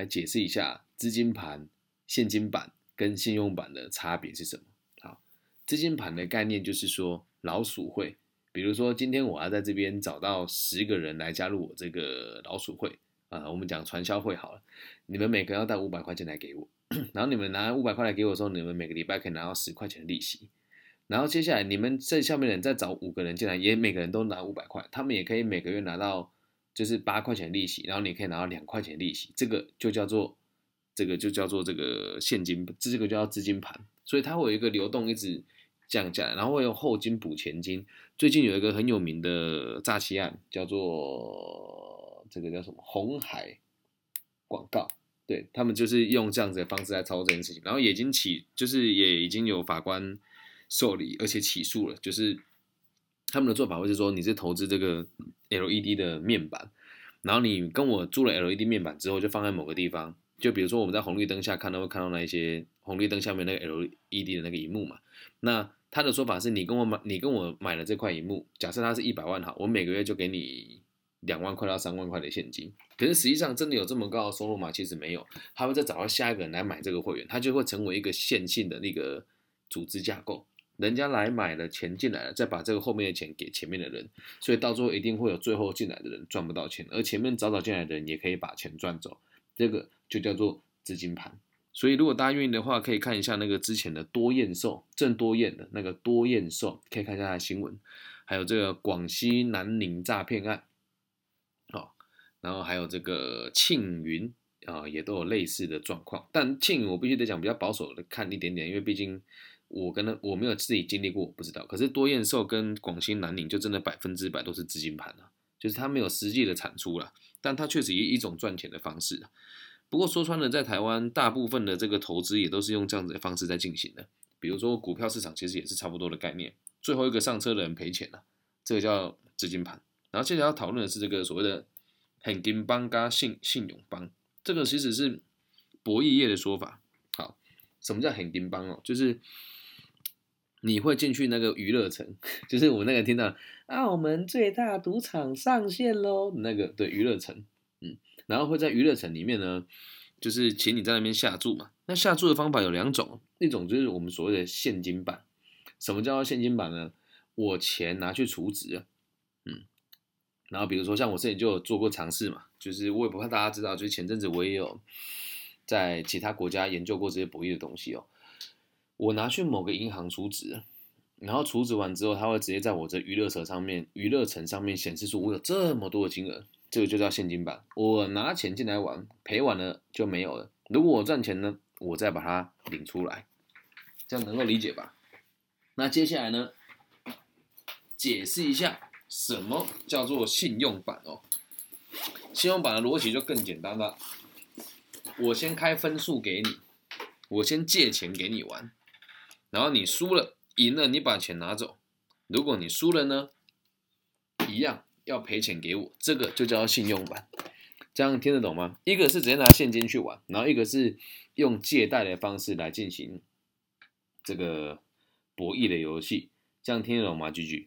来解释一下资金盘、现金版跟信用版的差别是什么。好，资金盘的概念就是说老鼠会，比如说今天我要在这边找到10个人来加入我这个老鼠会我们讲传销会好了，你们每个人要带500块钱来给我，然后你们拿500块来给我的时候，你们每个礼拜可以拿到10块钱的利息。然后接下来你们这下面的人再找5个人进来，也每个人都拿500块，他们也可以每个月拿到就是8块钱利息，然后你可以拿到2块钱利息，这个就叫做这个现金，这个就叫资金盘，所以它会有一个流动一直降价，然后会用后金补前金。最近有一个很有名的诈欺案，叫做这个叫什么红海广告。对，他们就是用这样子的方式来操作这件事情，然后也已经有法官受理，而且起诉了。就是他们的做法会是说，你是投资这个 LED 的面板，然后你跟我租了 LED 面板之后，就放在某个地方，就比如说我们在红绿灯下会看到那一些红绿灯下面那个 LED 的那个萤幕嘛。那他的说法是你跟我买了这块萤幕，假设它是100万好，我每个月就给你2万块到3万块的现金。可是实际上真的有这么高的收入吗？其实没有，他会再找到下一个人来买这个会员，他就会成为一个线性的那个组织架构。人家来买了，钱进来了，再把这个后面的钱给前面的人，所以到最后一定会有最后进来的人赚不到钱，而前面早进来的人也可以把钱赚走，这个就叫做资金盘。所以如果大家愿意的话，可以看一下那个之前的多燕寿，郑多燕的那个多燕寿，可以看一下他的新闻，还有这个广西南宁诈骗案，然后还有这个庆云也都有类似的状况。但庆云我必须得讲比较保守的看一点点，因为毕竟我没有自己经历过，我不知道。可是多燕寿跟广西南宁就真的100%都是资金盘啊，就是它没有实际的产出啦，但它确实一种赚钱的方式啊。不过说穿了，在台湾大部分的这个投资也都是用这样子的方式在进行的。比如说股票市场其实也是差不多的概念，最后一个上车的人赔钱了，这个叫资金盘。然后接下来要讨论的是这个所谓的现金帮加信用帮，这个其实是博弈业的说法。好，什么叫现金帮就是你会进去那个娱乐城，就是我那个听到澳门最大赌场上线喽，那个对娱乐城，然后会在娱乐城里面呢，就是请你在那边下注嘛。那下注的方法有2种，一种就是我们所谓的现金版。什么叫现金版呢？我钱拿去储值了，然后比如说像我之前就有做过尝试嘛，就是我也不怕大家知道，就是前阵子我也有在其他国家研究过这些博弈的东西我拿去某个银行储值，然后储值完之后，它会直接在我这娱乐城上面显示出我有这么多的金额，这个就叫现金版。我拿钱进来玩，赔完了就没有了。如果我赚钱呢，我再把它领出来，这样能够理解吧？那接下来呢，解释一下什么叫做信用版信用版的逻辑就更简单了，我先开分数给你，我先借钱给你玩。然后你输了，赢了你把钱拿走。如果你输了呢，一样要赔钱给我，这个就叫信用版。这样听得懂吗？一个是直接拿现金去玩，然后一个是用借贷的方式来进行这个博弈的游戏。这样听得懂吗？句句。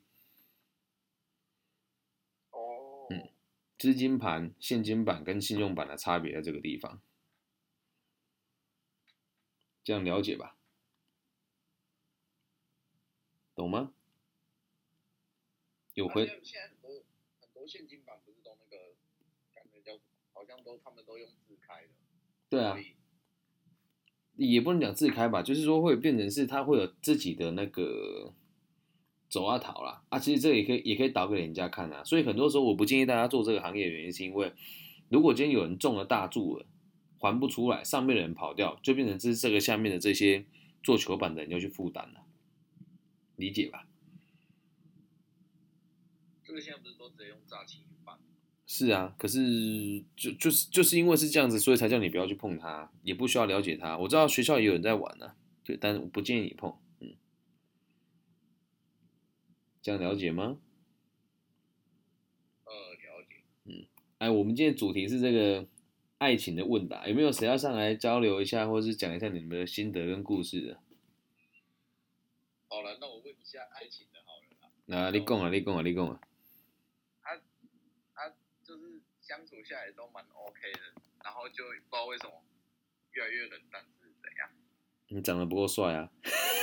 资金盘、现金版跟信用版的差别在这个地方，这样了解吧？懂吗？有回？ 现在很多现金版不是都那个，感觉叫好像他们都用自开的。 对啊，也不能讲自开吧，就是说会变成是它会有自己的那个走逃啦其实这个也可以导给人家看啊。所以很多时候我不建议大家做这个行业的原因是因为，如果今天有人中了大注了，还不出来，上面的人跑掉，就变成是这个下面的这些做球板的人要去负担了，理解吧？ 这个现在不是都直接用诈欺办？ 是啊，可是就是因为是这样子，所以才叫你不要去碰它，也不需要了解它。我知道学校也有人在玩啊，对，但是我不建议你碰。这样了解吗？ 了解。 我们今天主题是这个爱情的问答，有没有谁要上来交流一下，或是讲一下你们的心得跟故事的？ 好了，那我问一下爱情的好了啦。 你讲啊。 他就是相处下来都蛮 OK 的， 然后就不知道为什么越来越冷淡是怎样。 你长得不够帅啊！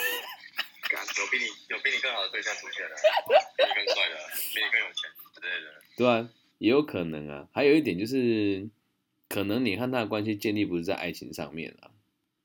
有比你更好的对象出现了，比你更帅的，比你更有钱之类的。 对啊，也有可能啊。还有一点就是，可能你和他的关系建立不是在爱情上面啊，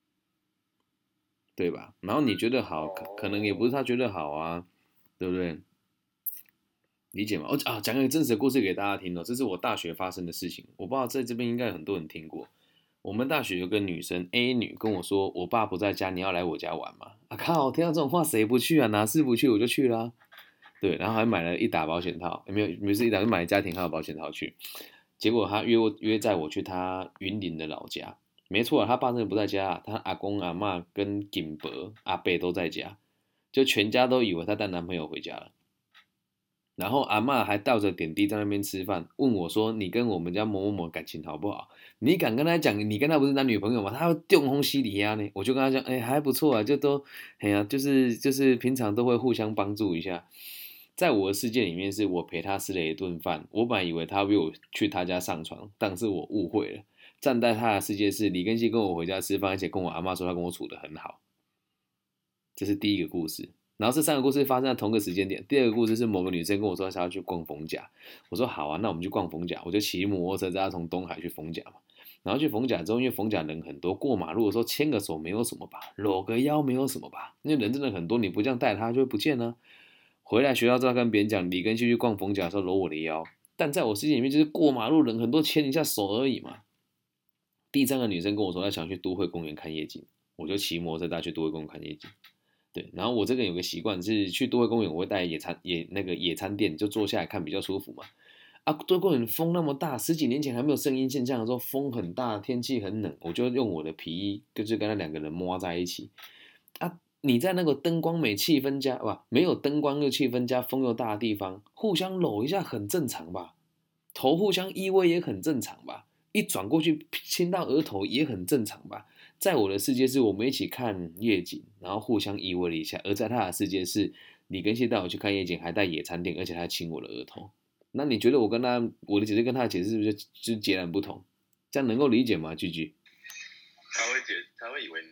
对吧？然后你觉得好，可能也不是他觉得好啊，对不对？理解吗？讲个真实的故事给大家听哦，这是我大学发生的事情。我不知道在这边应该很多人听过。我们大学有个女生 A 女跟我说，我爸不在家，你要来我家玩吗？啊靠！听到这种话谁不去啊？哪次不去我就去啦、对，然后还买了一打保险套，没事一打就买家庭号保险套去。结果他约在我去他云林的老家，没错啊，他爸真的不在家，他阿公阿嬷跟景伯阿伯都在家，就全家都以为他带男朋友回家了。然后阿嬷还倒着点滴在那边吃饭，问我说：“你跟我们家某某某感情好不好？你敢跟他讲你跟他不是男女朋友吗？”他会电轰西里呀呢，我就跟他讲：“哎，还不错啊，就都哎呀，就是平常都会互相帮助一下。”在我的世界里面，是我陪他吃了一顿饭，我本来以为他约我去他家上床，但是我误会了。站在他的世界是李根熙跟我回家吃饭，而且跟我阿嬷说他跟我处得很好，这是第一个故事。然后这三个故事发生在同个时间点。第二个故事是某个女生跟我说她要去逛逢甲，我说好啊，那我们去逛逢甲，我就骑摩托车载她从东海去逢甲嘛。然后去逢甲之后，因为逢甲人很多，过马路的时候牵个手没有什么吧，搂个腰没有什么吧，因为人真的很多，你不这样带她就会不见啊。回来学校之后跟别人讲，李根熙去逛逢甲的时候搂我的腰，但在我世界里面就是过马路人很多牵一下手而已嘛。第三个女生跟我说她想去都会公园看夜景，我就骑摩托车带她去都会公园看夜景。对，然后我这个人有个习惯是去都会公园，我会带那个野餐垫，就坐下来看比较舒服嘛。啊，都会公园风那么大，十几年前还没有声音现象的时候，风很大，天气很冷，我就用我的皮衣，就是跟他两个人摸在一起。啊，你在那个灯光美、气氛佳哇，没有灯光又气氛佳、风又大的地方，互相搂一下很正常吧？头互相依偎也很正常吧？一转过去亲到额头也很正常吧？在我的世界是我们一起看夜景，然后互相依偎了一下；而在他的世界是李根熙带我去看夜景，还带野餐垫，而且他亲我的额头。那你觉得我的解释跟他的解释是不是就截然不同？这样能够理解吗？句句， 他会以为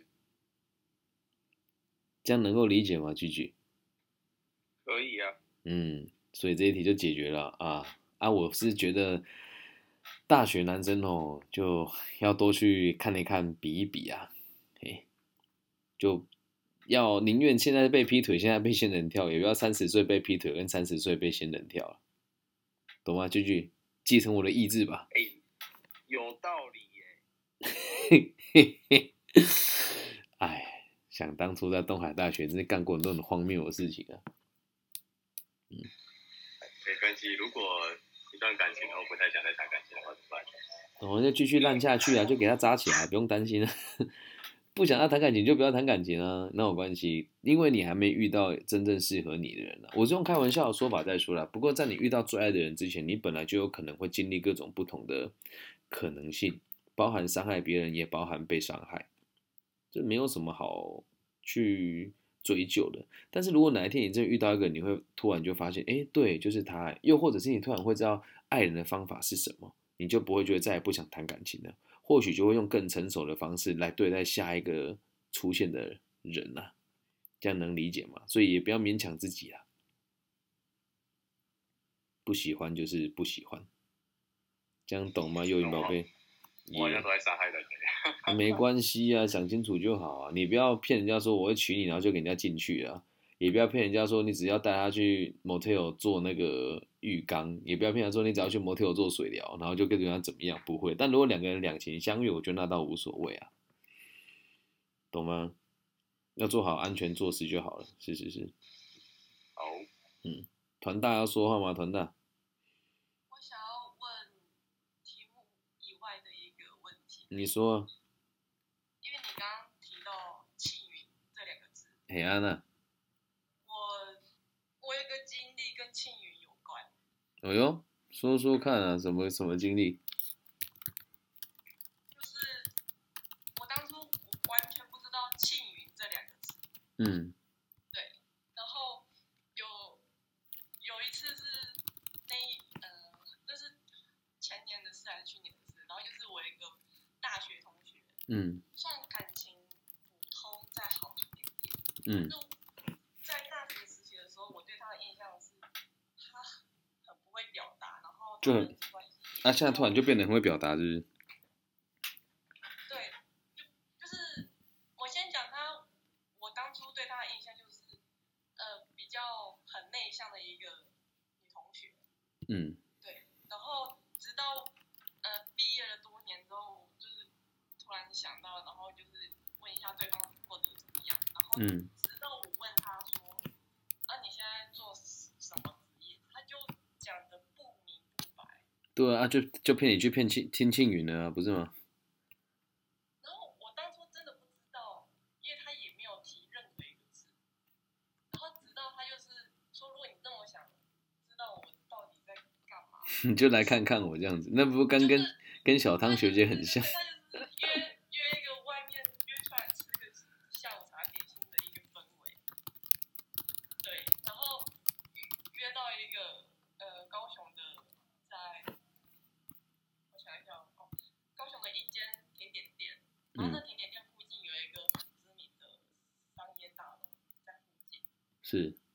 这样能够理解吗？句句， 可以啊。 所以这一题就解决了啊！我是觉得大学男生哦，就要多去看一看，比一比啊，就要宁愿现在被劈腿，现在被仙人跳，也不要30岁被劈腿跟30岁被仙人跳了，懂吗？句句，继承我的意志吧。 有道理耶。哎，想当初在东海大学真是干过很多很荒谬的事情啊。 没关系，如果一段感情后不太想再谈感情的话怎么办？ 我们就继续烂下去啊，就给他扎起来，不用担心啊。不想要谈感情就不要谈感情啊，哪有关系？因为你还没遇到真正适合你的人啊。我是用开玩笑的说法在说啦。不过在你遇到最爱的人之前，你本来就有可能会经历各种不同的可能性，包含伤害别人，也包含被伤害。这没有什么好去追究的。但是如果哪一天你真的遇到一个，你会突然就发现，哎，对，就是他，又或者是你突然会知道爱人的方法是什么，你就不会觉得再也不想谈感情了。或许就会用更成熟的方式来对待下一个出现的人啊，这样能理解吗？所以也不要勉强自己啦，不喜欢就是不喜欢，这样懂吗？幼云宝贝， 我好像都在伤害人。 没关系啊，想清楚就好啊。你不要骗人家说我会娶你，然后就给人家进去啊。也不要骗人家说你只要带他去 motel 做那个浴缸，也不要骗他说你只要去 motel 做水疗，然后就跟人家怎么样，不会。但如果两个人两情相悦，我觉得那倒无所谓啊，懂吗？要做好安全措施就好了。是。 好， 团大要说话吗？团大， 我想要问题目以外的一个问题， 你说啊。 因为你刚刚提到庆云这两个字， 嘿安娜， 我有一个经历跟庆云有关， 哎呦，说说看啊，什么经历？ 就是我当初完全不知道庆云这两个字，对，然后有一次是这是前年的事还是去年的事，然后就是我一个算感情普通再好一点点。 在大学时期的时候，我对他的印象是，他很不会表达，然后就很现在突然就变得很会表达，是不是？ 对，就是我先讲他，我当初对他的印象就是，比较很内向的一个女同学。对，然后直到毕业了多年之后，就是突然想到，然后就是问一下对方过得怎么样，然后直到我问他说，你现在做什么职业？他就讲的不明不白。 对啊，就骗你去听庆云了啊，不是吗？ 然后我当初真的不知道，因为他也没有提任何一个字。然后直到他就是说，如果你这么想知道我到底在干嘛， 你就来看看我这样子，那不跟小汤学姐很像。 他就是约一个外面约出来吃个下午茶点心的一个氛围。对，然后约到一个高雄的，我想一下高雄的一间甜点店，然后那甜点店附近有一个很知名的商业大楼在附近。 是。